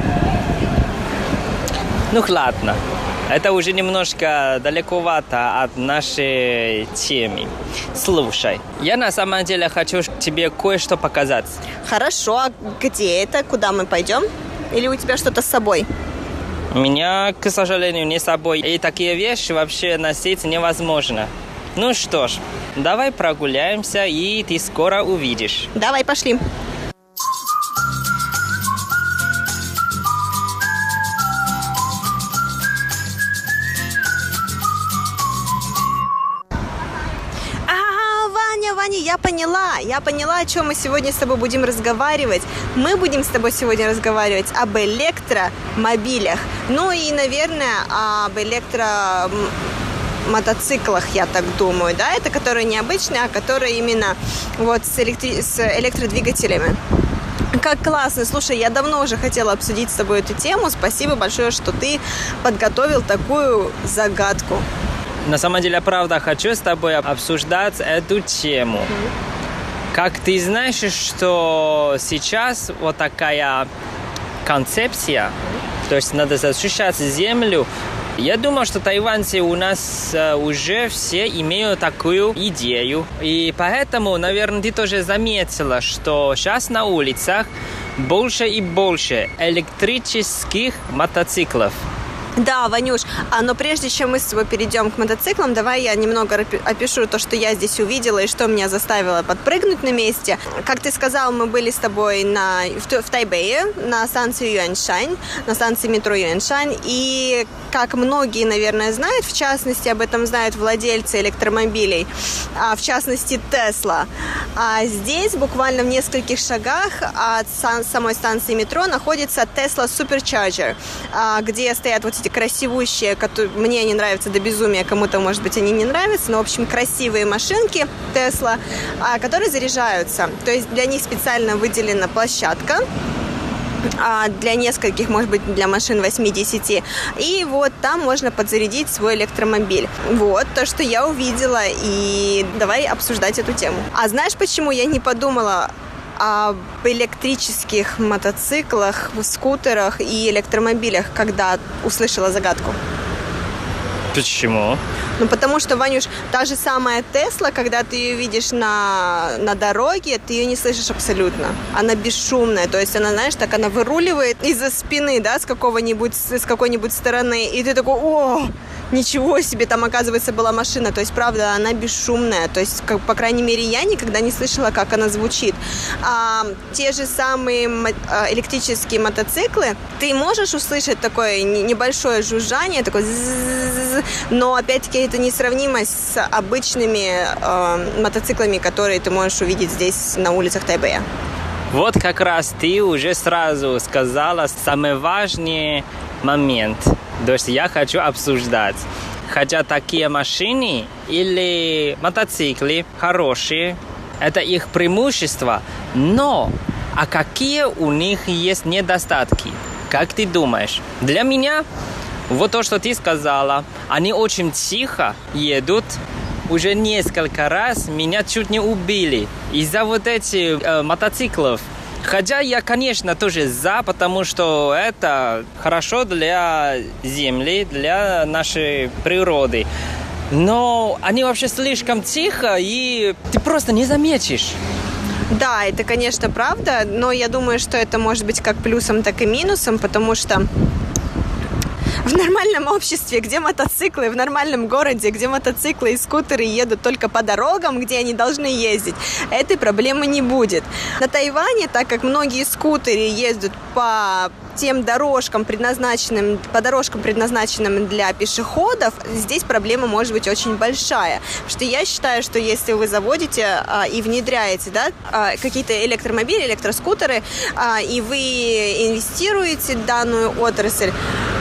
Ну, ладно. Это уже немножко далековато от нашей темы. Слушай, я на самом деле хочу тебе кое-что показать. Хорошо, а где это? Куда мы пойдем? Или у тебя что-то с собой? У меня, к сожалению, не с собой. И такие вещи вообще носить невозможно. Ну что ж, давай прогуляемся, и ты скоро увидишь. Давай, пошли. Я поняла, я поняла, о чем мы сегодня с тобой будем разговаривать. Мы будем с тобой сегодня разговаривать об электромобилях. Ну и, наверное, об электромотоциклах, я так думаю, да? Это которые необычные, а которые именно вот с, электри... с электродвигателями. Как классно. Слушай, я давно уже хотела обсудить с тобой эту тему. Спасибо большое, что ты подготовил такую загадку. На самом деле, правда, хочу с тобой обсуждать эту тему. Mm-hmm. Как ты знаешь, что сейчас вот такая концепция, mm-hmm. то есть надо защищать землю. Я думаю, что тайваньцы у нас уже все имеют такую идею. И поэтому, наверное, ты тоже заметила, что сейчас на улицах больше и больше электрических мотоциклов. Да, Ванюш, а, но прежде чем мы с тобой перейдем к мотоциклам, давай я немного опишу то, что я здесь увидела и что меня заставило подпрыгнуть на месте. Как ты сказал, мы были с тобой на, в, в Тайбэе, на станции Юаньшань, на станции метро Юаньшань, и как многие, наверное, знают, в частности, об этом знают владельцы электромобилей, а, в частности, Tesla. А здесь, буквально в нескольких шагах от самой станции метро, находится Tesla Supercharger, а, где стоят вот эти красивущие, которые мне они нравятся до безумия, кому-то, может быть, они не нравятся, но, в общем, красивые машинки Tesla, а, которые заряжаются. То есть для них специально выделена площадка, а, для нескольких, может быть, для машин восемь-десять. И вот там можно подзарядить свой электромобиль. Вот то, что я увидела, и давай обсуждать эту тему. А знаешь, почему я не подумала об электрических мотоциклах, скутерах и электромобилях, когда услышала загадку? Почему? Ну, потому что, Ванюш, та же самая Тесла, когда ты ее видишь на, на дороге, ты ее не слышишь абсолютно. Она бесшумная, то есть она, знаешь, так она выруливает из-за спины, да, с какого-нибудь, с какой-нибудь стороны, и ты такой, о, ничего себе, там, оказывается, была машина. То есть, правда, она бесшумная. То есть, как, по крайней мере, я никогда не слышала, как она звучит. А, те же самые электрические мотоциклы, ты можешь услышать такое небольшое жужжание, такое з-з-з-з, но, опять-таки, это несравнимо с обычными э, мотоциклами, которые ты можешь увидеть здесь на улицах Тайбэя. Вот как раз ты уже сразу сказала самый важный момент. То есть я хочу обсуждать. Хотя такие машины или мотоциклы хорошие, это их преимущество, но а какие у них есть недостатки? Как ты думаешь? Для меня, вот то, что ты сказала, они очень тихо едут. Уже несколько раз меня чуть не убили из-за вот этих э, мотоциклов. Хотя я, конечно, тоже за, потому что это хорошо для Земли, для нашей природы. Но они вообще слишком тихо, и ты просто не заметишь. Да, это, конечно, правда, но я думаю, что это может быть как плюсом, так и минусом, потому что в нормальном обществе, где мотоциклы, в нормальном городе, где мотоциклы и скутеры едут только по дорогам, где они должны ездить, этой проблемы не будет. На Тайване, так как многие скутеры ездят по тем дорожкам, предназначенным, по дорожкам, предназначенным для пешеходов, здесь проблема может быть очень большая. Потому что я считаю, что если вы заводите а, и внедряете, да, а, какие-то электромобили, электроскутеры, а, и вы инвестируете в данную отрасль,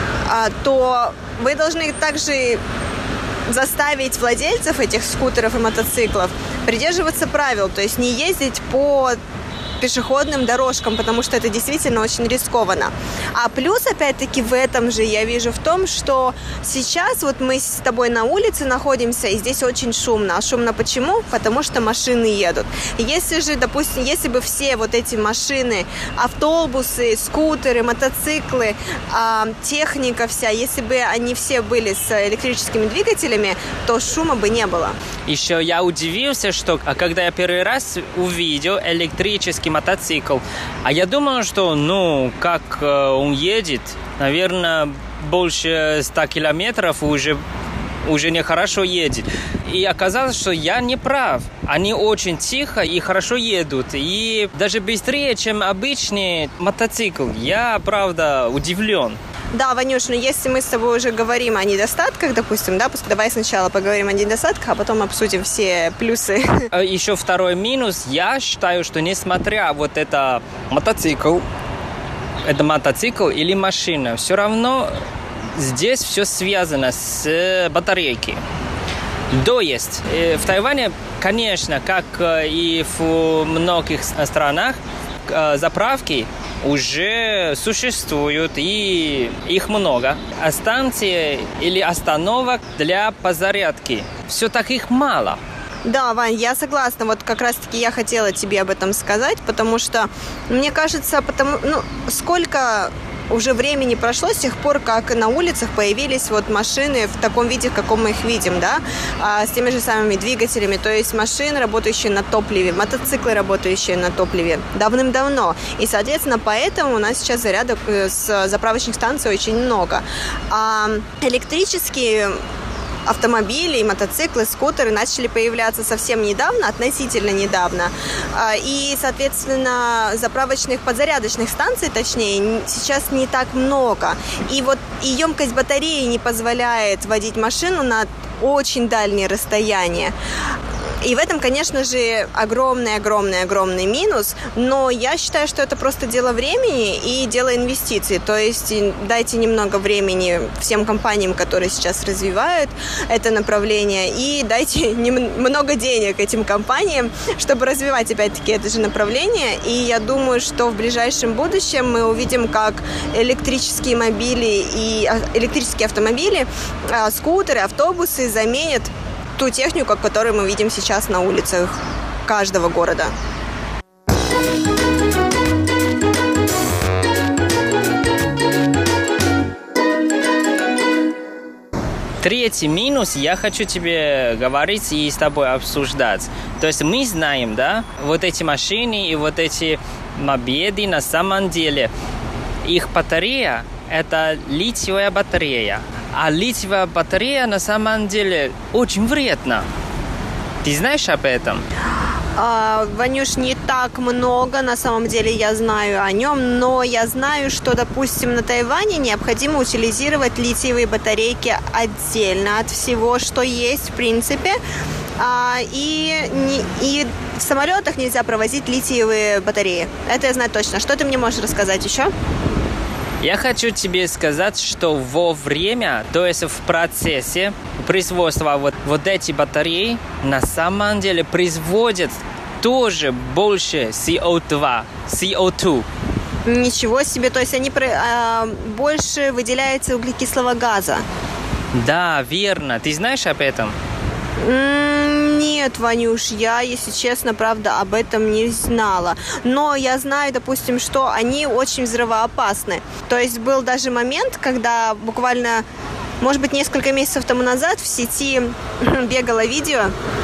то вы должны также заставить владельцев этих скутеров и мотоциклов придерживаться правил, то есть не ездить по пешеходным дорожкам, потому что это действительно очень рискованно. А плюс, опять-таки, в этом же я вижу в том, что сейчас вот мы с тобой на улице находимся, и здесь очень шумно. А шумно почему? Потому что машины едут. Если же, допустим, если бы все вот эти машины, автобусы, скутеры, мотоциклы, техника вся, если бы они все были с электрическими двигателями, то шума бы не было. Еще я удивился, что когда я первый раз увидел электрический мотоцикл, а я думал, что, ну, как э, он едет, наверное, больше ста километров уже, уже нехорошо едет. И оказалось, что я не прав. Они очень тихо и хорошо едут. И даже быстрее, чем обычный мотоцикл. Я, правда, удивлен. Да, Ванюш, но если мы с тобой уже говорим о недостатках, допустим, да, давай сначала поговорим о недостатках, а потом обсудим все плюсы. Еще второй минус. Я считаю, что несмотря вот это мотоцикл, это мотоцикл или машина, все равно здесь все связано с батарейкой. То есть в Тайване, конечно, как и в многих странах, заправки уже существуют, и их много. А станции или остановок для подзарядки, все так их мало. Да, Вань, я согласна. Вот как раз-таки я хотела тебе об этом сказать, потому что, мне кажется, потому, ну, сколько уже времени прошло с тех пор, как на улицах появились вот машины в таком виде, в каком мы их видим, да, а, с теми же самыми двигателями, то есть машины, работающие на топливе, мотоциклы, работающие на топливе, давным-давно. И, соответственно, поэтому у нас сейчас зарядок с заправочных станций очень много. А электрические автомобили, мотоциклы, скутеры начали появляться совсем недавно, относительно недавно. И, соответственно, заправочных подзарядочных станций, точнее, сейчас не так много. И вот и емкость батареи не позволяет водить машину на очень дальние расстояния. И в этом, конечно же, огромный-огромный-огромный минус, но я считаю, что это просто дело времени и дело инвестиций. То есть дайте немного времени всем компаниям, которые сейчас развивают это направление, и дайте много денег этим компаниям, чтобы развивать, опять-таки, это же направление. И я думаю, что в ближайшем будущем мы увидим, как электрические мобили и электрические автомобили, скутеры, автобусы заменят ту технику, которую мы видим сейчас на улицах каждого города. Третий минус я хочу тебе говорить и с тобой обсуждать. То есть мы знаем, да, вот эти машины и вот эти мопеды на самом деле, их батарея – это литиевая батарея. А литиевая батарея на самом деле очень вредна. Ты знаешь об этом? А, Ванюш, не так много, на самом деле я знаю о нем, но я знаю, что, допустим, на Тайване необходимо утилизировать литиевые батарейки отдельно от всего, что есть, в принципе. А, и, не, и в самолетах нельзя провозить литиевые батареи. Это я знаю точно. Что ты мне можешь рассказать еще? Я хочу тебе сказать, что во время, то есть в процессе производства вот, вот эти батареи на самом деле производят тоже больше си о два, си о два. Ничего себе, то есть они э, больше выделяется углекислого газа. Да, верно. Ты знаешь об этом? Нет, Ванюш, я, если честно, правда, об этом не знала. Но я знаю, допустим, что они очень взрывоопасны. То есть был даже момент, когда буквально, может быть, несколько месяцев тому назад в сети бегало видео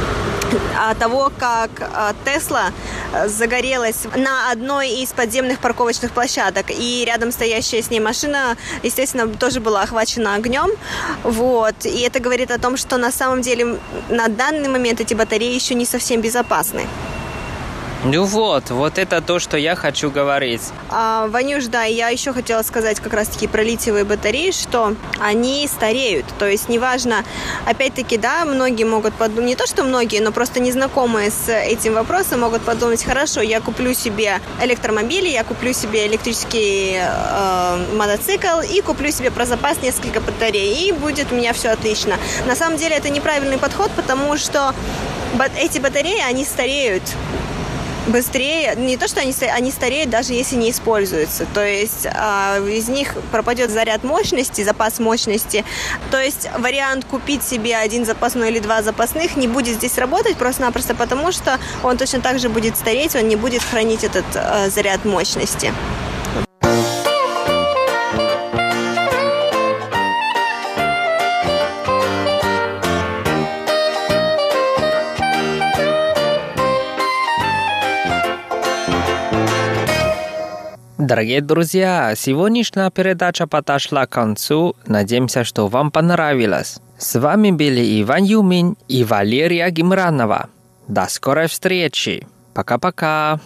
того, как Тесла загорелась на одной из подземных парковочных площадок. И рядом стоящая с ней машина, естественно, тоже была охвачена огнем. Вот. И это говорит о том, что на самом деле на данный момент эти батареи еще не совсем безопасны. Ну вот, вот это то, что я хочу говорить. А, Ванюш, да, я еще хотела сказать как раз-таки про литиевые батареи, что они стареют. То есть неважно, опять-таки, да, многие могут подумать, не то что многие, но просто незнакомые с этим вопросом могут подумать: хорошо, я куплю себе электромобиль, я куплю себе электрический э, мотоцикл и куплю себе про запас несколько батарей, и будет у меня все отлично. На самом деле это неправильный подход, потому что эти батареи, они стареют быстрее, не то, что они, они стареют, даже если не используются. То есть э, из них пропадет заряд мощности, запас мощности. То есть вариант купить себе один запасной или два запасных не будет здесь работать просто-напросто потому, что он точно так же будет стареть, он не будет хранить этот э, заряд мощности. Дорогие друзья, сегодняшняя передача подошла к концу. Надеемся, что вам понравилось. С вами были Иван Юмин и Валерия Гимранова. До скорой встречи. Пока-пока.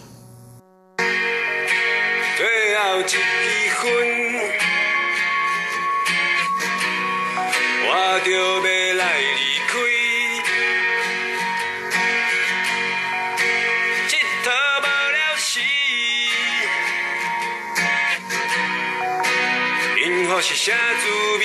是啥滋味？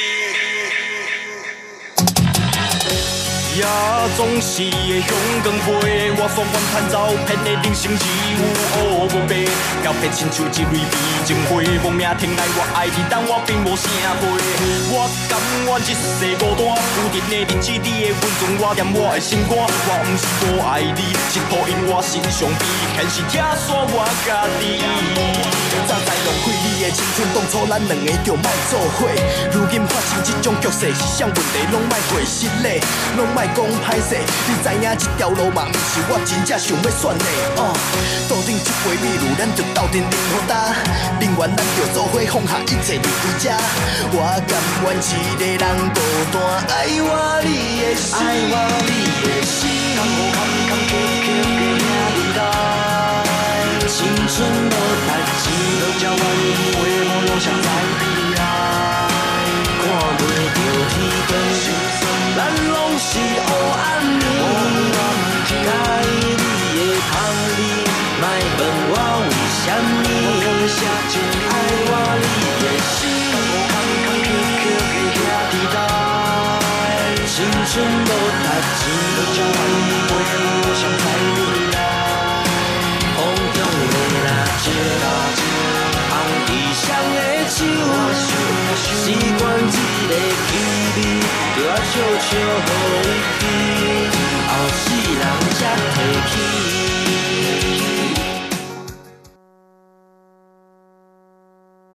也总是会向光飞，我所愿趁走偏的人生只有乌无白，交配亲像一蕊美情花，亡命停来我爱你，但我并无啥会。我甘愿一世孤单，有阵的日子你的温存我念我的心肝，我不是无爱你，是抱因我心上悲，现实拆散我家己。早知浪费你的青春，当初咱两个就莫做伙。如今发生这种局势，是啥问题拢莫过失礼，拢莫讲歹势。你知影这条路嘛，不是我真正想要选的。哦，注定这杯美露，咱就斗阵饮好干。宁愿咱就做伙放下一切离开这。我甘愿一个人孤单，爱我你的心，爱我你的心，坎坷坎坎坷坷坷兄弟来。青春无代志，都叫阮为我拢想在你来，看袂着天光，咱拢是黑暗面。该你的香味，莫问我为什么，爱我你的心，坎坎坷坷兄弟来，青春无代志，都叫阮为我拢想在你来。接啦接，红地上的手，习惯一个气味，就要悄悄予伊记，后世人才提起。